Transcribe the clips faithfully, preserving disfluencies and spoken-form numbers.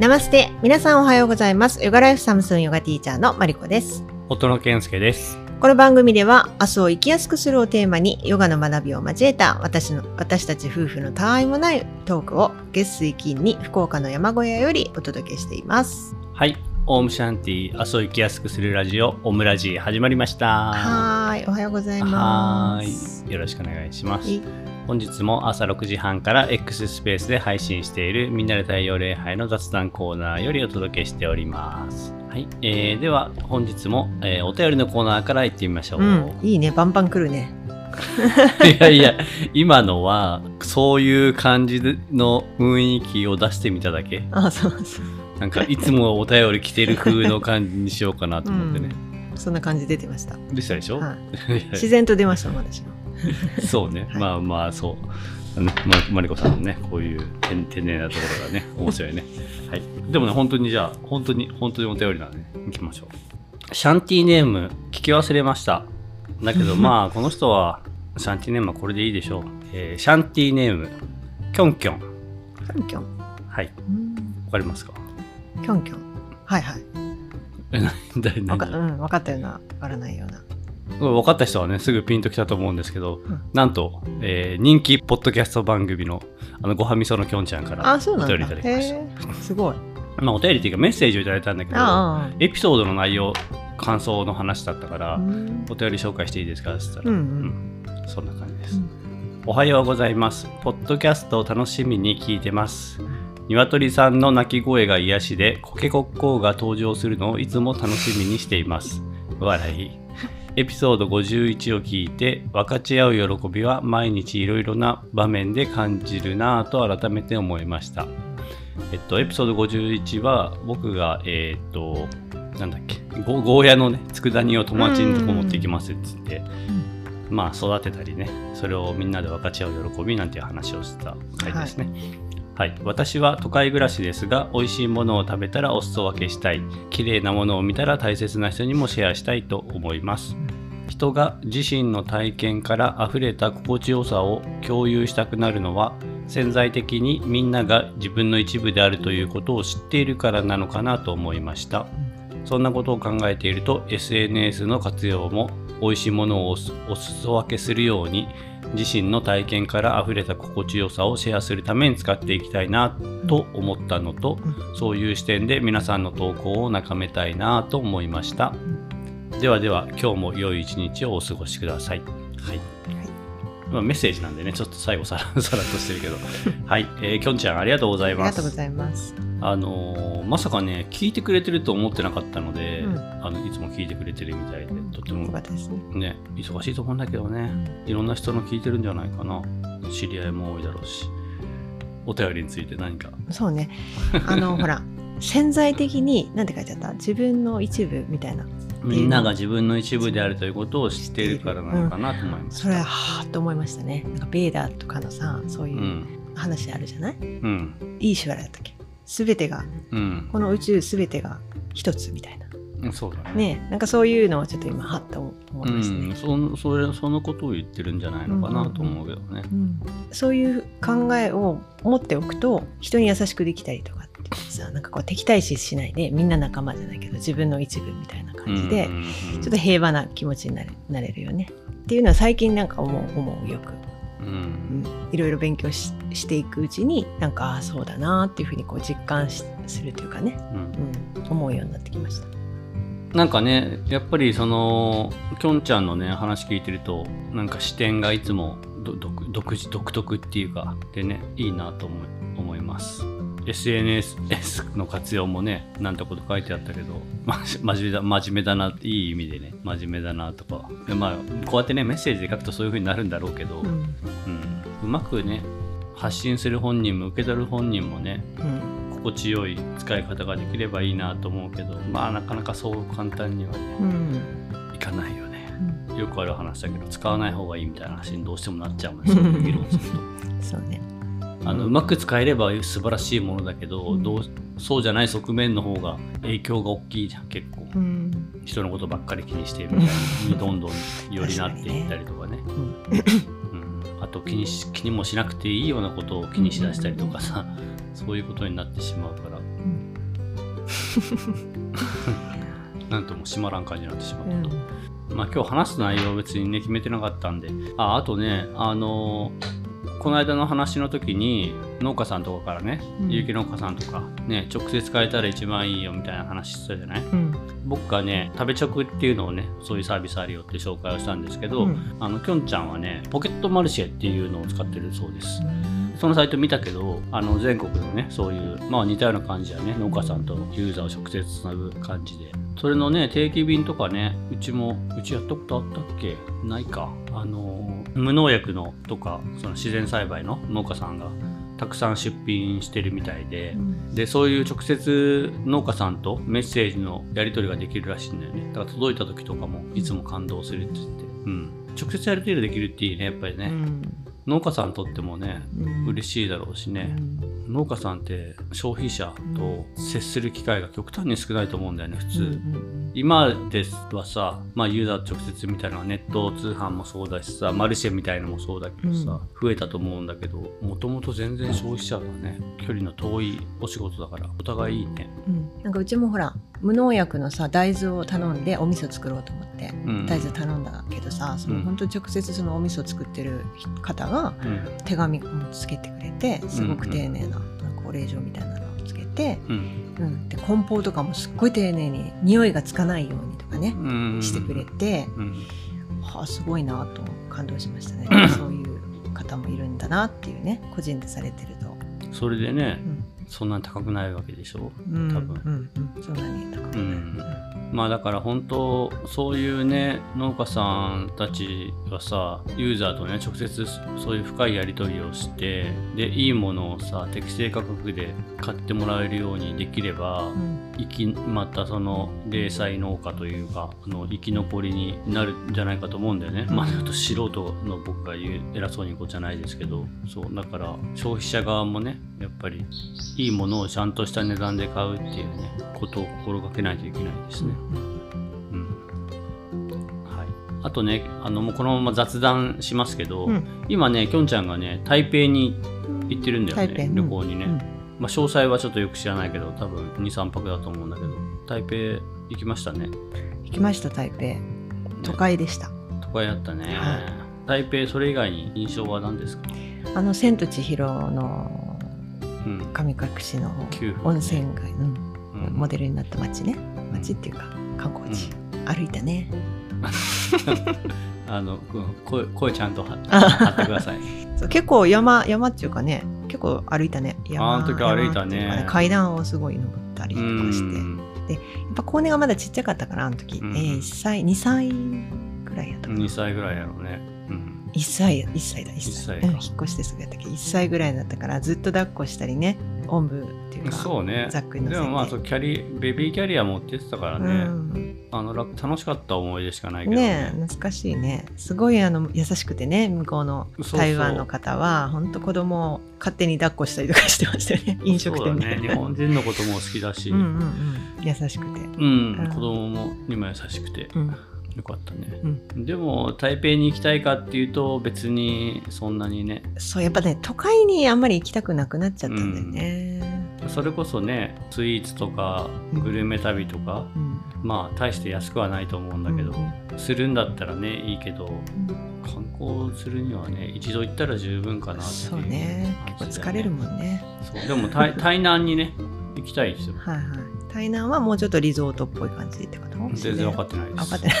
ナマステ。皆さんおはようございます。ヨガライフサムスンヨガティーチャーのマリコです。 夫の健介です。 この番組では明日を生きやすくするをテーマにヨガの学びを交えた私の私たち夫婦のたわいもないトークを月水金に福岡の山小屋よりお届けしています。 はい、オウムシャンティ、明日を生きやすくするラジオオムラジ始まりました。 はい、おはようございます。 はい、よろしくお願いします。本日も朝ろくじはんから X スペースで配信しているみんなで太陽礼拝の雑談コーナーよりお届けしております。はい、えー、では本日も、えー、お便りのコーナーから行ってみましょう。うん、 いいね、バンバン来るね。 いやいや、今のはそういう感じの雰囲気を出してみただけ。 あ、そうそう。 なんかいつもお便り来てる風の感じにしようかなと思ってね。 うん、そんな感じ出てました。 でしたでしょ、はい、 自然と出ましたもん私も。 そうね、はい、まあまあそうね、ま、マリコさんのねこういう天然なところがね面白いね。はい、でもね本当にじゃあ本当に本当にお便りなので、ね、行きましょう。シャンティーネーム聞き忘れました。だけどまあこの人はシャンティーネームはこれでいいでしょう。えー、シャンティーネームキョンキョン。 キョンキョン。 はい。わかりますか？ キョンキョン。はいはい。 え、なになに？ うん、分かったようなわからないような。 分かった人はねすぐピンときたと思うんですけど、うん、なんと、えー、人気ポッドキャスト番組のあのごはみそのきょんちゃんからお便りいただきました。 すごい。 まあお便りっていうかメッセージをいただいたんだけど、エピソードの内容感想の話だったから、うん、お便り紹介していいですかって言ったら、うんうんうん、そんな感じです、うん、おはようございます。ポッドキャストを楽しみに聞いてます。鶏さんの鳴き声が癒しでコケコッコーが登場するのをいつも楽しみにしています。笑い。エピソードごじゅういちを聞いて分かち合う喜びは毎日いろいろな場面で感じるなぁと改めて思いました。えっとエピソードごじゅういちは僕がえー、っとなんだっけゴーヤのね佃煮を友達にとこ持っていきますっつって、まあ育てたりねそれをみんなで分かち合う喜びなんていう話をした回ですね。はいはい、私は都会暮らしですが美味しいものを食べたらお裾分けしたい、綺麗なものを見たら大切な人にもシェアしたいと思います。人が自身の体験から溢れた心地よさを共有したくなるのは潜在的にみんなが自分の一部であるということを知っているからなのかなと思いました。そんなことを考えていると エスエヌエス の活用も美味しいものをお裾分けするように自身の体験から溢れた心地よさをシェアするために使っていきたいなと思ったのと、そういう視点で皆さんの投稿を眺めたいなと思いました。ではでは今日も良い一日をお過ごしください。はい、まあ、メッセージなんでねちょっと最後さらさらっとしてるけどはい、えー、きょんちゃんありがとうございます。 ありがとうございます。 あのー、まさかね聞いてくれてると思ってなかったので、うん、あのいつも聞いてくれてるみたいで、うん、とてもね忙しいと思うんだけどね、うん、いろんな人の聞いてるんじゃないかな。知り合いも多いだろうし。お便りについて何か。 そうね、あのほら潜在的に何て書いてあった？自分の一部みたいな、 みんなが自分の一部であるということを知っているからなのかなと思います、 うん、それははーっと思いましたね。なんかベーダーとかのさそういう話あるじゃない、うん、いい手話だったっけ、すべてが、うん、この宇宙すべてが一つみたいな、 うん、そうだね。 ね、なんかそういうのをちょっと今はっと思いましたね、 うん、そ, そ, れそのことを言ってるんじゃないのかなと思うけどね、 うんうんうん、そういう考えを持っておくと人に優しくできたりとかってさ、なんかこう敵対視しないでみんな仲間じゃないけど自分の一部みたいな感じで、うんうんうん、ちょっと平和な気持ちにな れ, なれるよねっていうのは最近なんか思う思うよく、うんうん、いろいろ勉強 し, していくうちになんかあそうだなっていうふうにこう実感しするというかね、うんうん、思うようになってきました。 なんかねやっぱりそのきょんちゃんのね話聞いてるとなんか視点がいつも独, 独自独特っていうかでねいいなと思 い, 思います。 エスエヌエス の活用もねなんてこと書いてあったけど、ま、真面目だ真面目だないい意味でね真面目だなとかで、まあ、こうやってねメッセージで書くとそういう風になるんだろうけど、うんうん、うまくね発信する本人も受け取る本人もね、うん、心地よい使い方ができればいいなと思うけど、まあなかなかそう簡単にはね、うん、いかないよね、うん、よくある話だけど使わない方がいいみたいな話にどうしてもなっちゃうんですよ議論するとそうね、 あのうまく使えれば素晴らしいものだけど、うん、どうそうじゃない側面の方が影響が大きいじゃん結構、うん、人のことばっかり気にしているみたいにどんどんよりなっていったりとかね、あと気にし気にもしなくていいようなことを気にしだしたりとかさ、うん、そういうことになってしまうから、うん、 なんとも締まらん感じになってしまったと、うん、まあ今日話す内容別にね決めてなかったんで、ああとねあのこの間の話の時に農家さんとかからね、うん、有機農家さんとかね直接変えたら一番いいよみたいな話してたじゃない、うん、僕がね食べ直っていうのをねそういうサービスあるよって紹介をしたんですけど、うん、あのきょんちゃんはねポケットマルシェっていうのを使ってるそうです、うん、そのサイト見たけどあの全国のねそういうまあ似たような感じやね農家さんとユーザーを直接つなぐ感じで、それのね定期便とかねうちもうちやったことあったっけないか、あの無農薬のとかその自然栽培の農家さんがたくさん出品してるみたいで、うん、でそういう直接農家さんとメッセージのやり取りができるらしいんだよね。だから届いた時とかもいつも感動するって言って、うん、直接やり取りできるっていいねやっぱりね、うん、農家さんにとってもね、うん、嬉しいだろうしね、うん、農家さんって消費者と接する機会が極端に少ないと思うんだよね普通、うんうん、今ではさ、まあ、ユーザー直接みたいなのはネット通販もそうだしさマルシェみたいのもそうだけどさ、うん、増えたと思うんだけどもともと全然消費者がね距離の遠いお仕事だからお互いいいね、 うん、なんかうちもほら無農薬のさ大豆を頼んでお味噌作ろうと思って、うん、大豆頼んだけどさその本当に直接そのお味噌作ってる方が手紙もつけてくれてすごく丁寧な、なんかお礼状みたいなのをつけて、うんうん、で梱包とかもすっごい丁寧に匂いがつかないようにとかね、うん、してくれて、うん、はあ、すごいなと感動しましたねそういう方もいるんだなっていうね個人でされてるとそれでね、うんそんなに高くないわけでしょ、うん、多分、 うんうん、そんなに高くない、うん、 まあだから本当そういうね農家さんたちはさユーザーとね直接そういう深いやり取りをしてでいいものをさ適正価格で買ってもらえるようにできれば、うん、生きまたその零細農家というかあの生き残りになるんじゃないかと思うんだよね、うん、まあちょっと素人の僕が言う偉そうに言うことじゃないですけどそうだから消費者側もねやっぱりいいものをちゃんとした値段で買うっていうねことを心がけないといけないですね、うんはい、あとねあのもうこのまま雑談しますけど、うん、今ねきょんちゃんがね台北に行ってるんだよね旅行にね、うんまあ、詳細はちょっとよく知らないけど多分 にさんぱくだと思うんだけど台北行きましたね。 行きました台北都会でした、ね、 都会だったね、はい、台北それ以外に印象は何ですか？ あの千と千尋の神隠しの温泉街、うんうん、モデルになった街ね街っていうか観光地、うん、歩いたねあの声, 声ちゃんと張ってくださいそう結構山山っていうかね結構歩いたね山あの時歩いた ね, ね階段をすごい登ったりとかしてでやっぱ高年がまだちっちゃかったからあの時、うんえー、いっさいにさいぐらいやったにさいぐらいやろうね、うんいっさい、いっさいだ、いっさい。うん、引っ越してすぐやったっけいっさいぐらいだったからずっと抱っこしたりね、おんぶっていうか、 そうね、 ザックに乗せて。 でもまあそうキャリベビーキャリア持ってってたからね、うん、あの楽しかった思い出しかないけどね。 ね懐かしいね。すごいあの優しくてね、向こうの台湾の方は本当子供を勝手に抱っこしたりとかしてましたよね、飲食店で。 そうだね、日本人のことも好きだし、うんうん、 うん、優しくて、 うん、うん、子供もにも優しくて。うんよかったね、うん、でも台北に行きたいかっていうと別にそんなにねそうやっぱね都会にあんまり行きたくなくなっちゃったんだよね、 うん、それこそねスイーツとかグルメ旅とか、うん、まあ大して安くはないと思うんだけど、うん、するんだったらねいいけど、うん、観光するにはね一度行ったら十分かなっていう、 そうね結構疲れるもんねそうでも台台南にね行きたいですよはいはい台南はもうちょっとリゾートっぽい感じってこと全然分かってないです。 分かって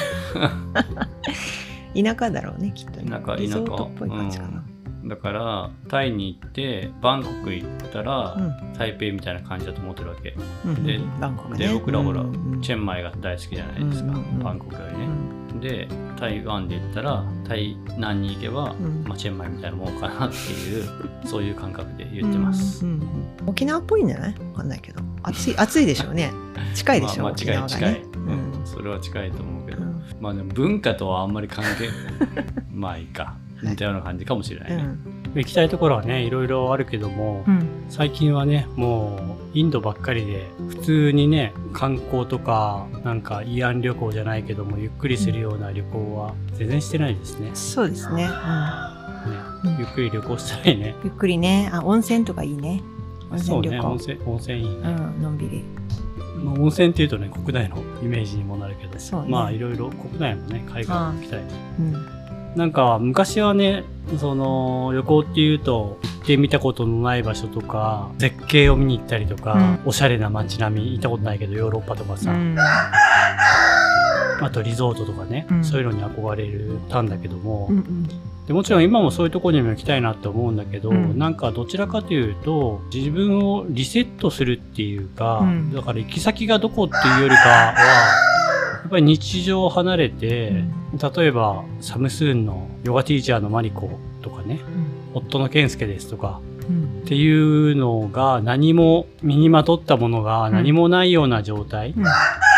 ない田舎だろうねきっとね。 田舎リゾートっぽい感じかな、 うん、だからタイに行ってバンコク行ったら、うん、台北みたいな感じだと思ってるわけ、うん、で、 バンコクね、 で僕らほら、うんうん、チェンマイが大好きじゃないですか、うんうん、バンコクよりね、うん、で台湾で言ったら台南に行けば、うんまあ、チェンマイみたいなもんかなっていうそういう感覚で言ってます、うんうんうん、沖縄っぽいんじゃない分かんないけど暑い、暑いでしょうね近いでしょ、 まあ、まあ近い近い、ねうん、それは近いと思うけど、うん、まあでも文化とはあんまり関係まあいいか似たような感じかもしれないね、はいうん、 行きたいところはねいろいろあるけども、うん、最近はねもうインドばっかりで普通にね観光とかなんか慰安旅行じゃないけどもゆっくりするような旅行は全然してないですね、 うん、そうですね、 うんね、ゆっくり旅行したいねゆっくりねあ温泉とかいいね温泉旅行そうね温泉、温泉いいね、 うん、のんびりまあ、温泉っていうとね国内のイメージにもなるけど、ね、まあいろいろ国内もね海外も行きたい、うん、なんか昔はねその旅行っていうと行ってみたことのない場所とか絶景を見に行ったりとか、うん、おしゃれな街並み行ったことないけどヨーロッパとかさ、うん、あとリゾートとかね、うん、そういうのに憧れたんだけども、うんうん、でもちろん今もそういうところにも行きたいなって思うんだけど、うん、なんかどちらかというと自分をリセットするっていうか、うん、だから行き先がどこっていうよりかはやっぱり日常を離れて、うん、例えばサムスーンのヨガティーチャーのマリコとかね、うん、夫の健介ですとか、うん、っていうのが何も身にまとったものが何もないような状態、うん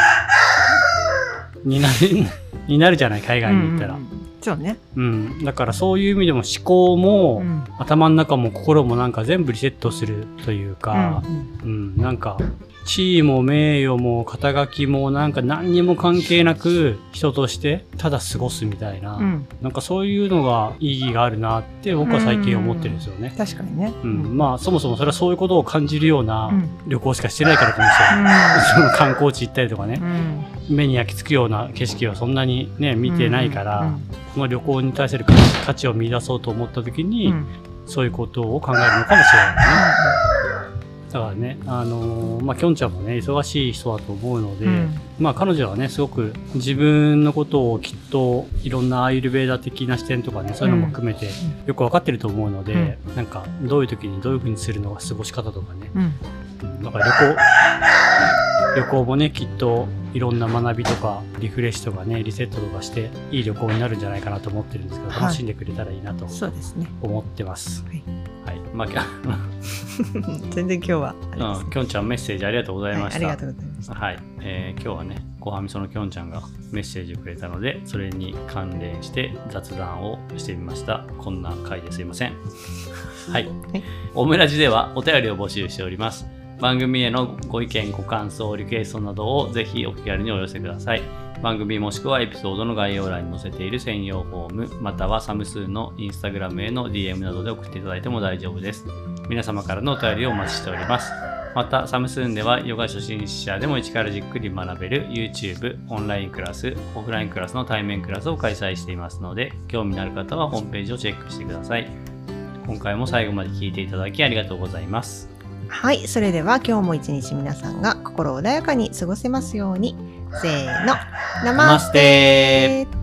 になるになるじゃない海外に行ったら、うんうん、 そうね、 うん、だからそういう意味でも思考も、うん、頭の中も心もなんか全部リセットするというか、うんうんうん、なんか地位も名誉も肩書きもなんか何にも関係なく人としてただ過ごすみたいな、うん、なんかそういうのが意義があるなって僕は最近思ってるんですよね。 確かにね、 うん、まあそもそもそれはそういうことを感じるような旅行しかしてないからかもしれない、うん、その観光地行ったりとかね、うん、目に焼き付くような景色はそんなにね見てないから、うんうん、この旅行に対する価値を見出そうと思った時に、うん、そういうことを考えるのかもしれないね。だからね、あのー、まあ、きょんちゃんもね、忙しい人だと思うので、うん、まあ、彼女はね、すごく自分のことをきっといろんなアーユルヴェーダ的な視点とかね、そういうのも含めてよくわかってると思うので、うん、なんか、どういう時にどういう風にするのが過ごし方とかね、うん、だから旅行、旅行もね、きっといろんな学びとかリフレッシュとかね、リセットとかしていい旅行になるんじゃないかなと思ってるんですけど、はい、楽しんでくれたらいいなと思ってます。はいはい、まあ、 全然今日はあれです、 うん、きょんちゃんメッセージありがとうございました。はい、ありがとうございました。 はい、えー、今日はね、ごはみそのきょんちゃんがメッセージをくれたので、それに関連して雑談をしてみました。こんな回ですいません。はい、はい、オムラジではお便りを募集しております。番組へのご意見、ご感想、リクエストなどをぜひお気軽にお寄せください。番組もしくはエピソードの概要欄に載せている専用フォーム、またはサムスーンのインスタグラムへの ディーエム などで送っていただいても大丈夫です。皆様からのお便りをお待ちしております。また、サムスーンではヨガ初心者でも一からじっくり学べる YouTube、オンラインクラス、オフラインクラスの対面クラスを開催していますので、興味のある方はホームページをチェックしてください。今回も最後まで聞いていただきありがとうございます。 はい、それでは今日も一日皆さんが心穏やかに過ごせますように。せーの、ナマステー。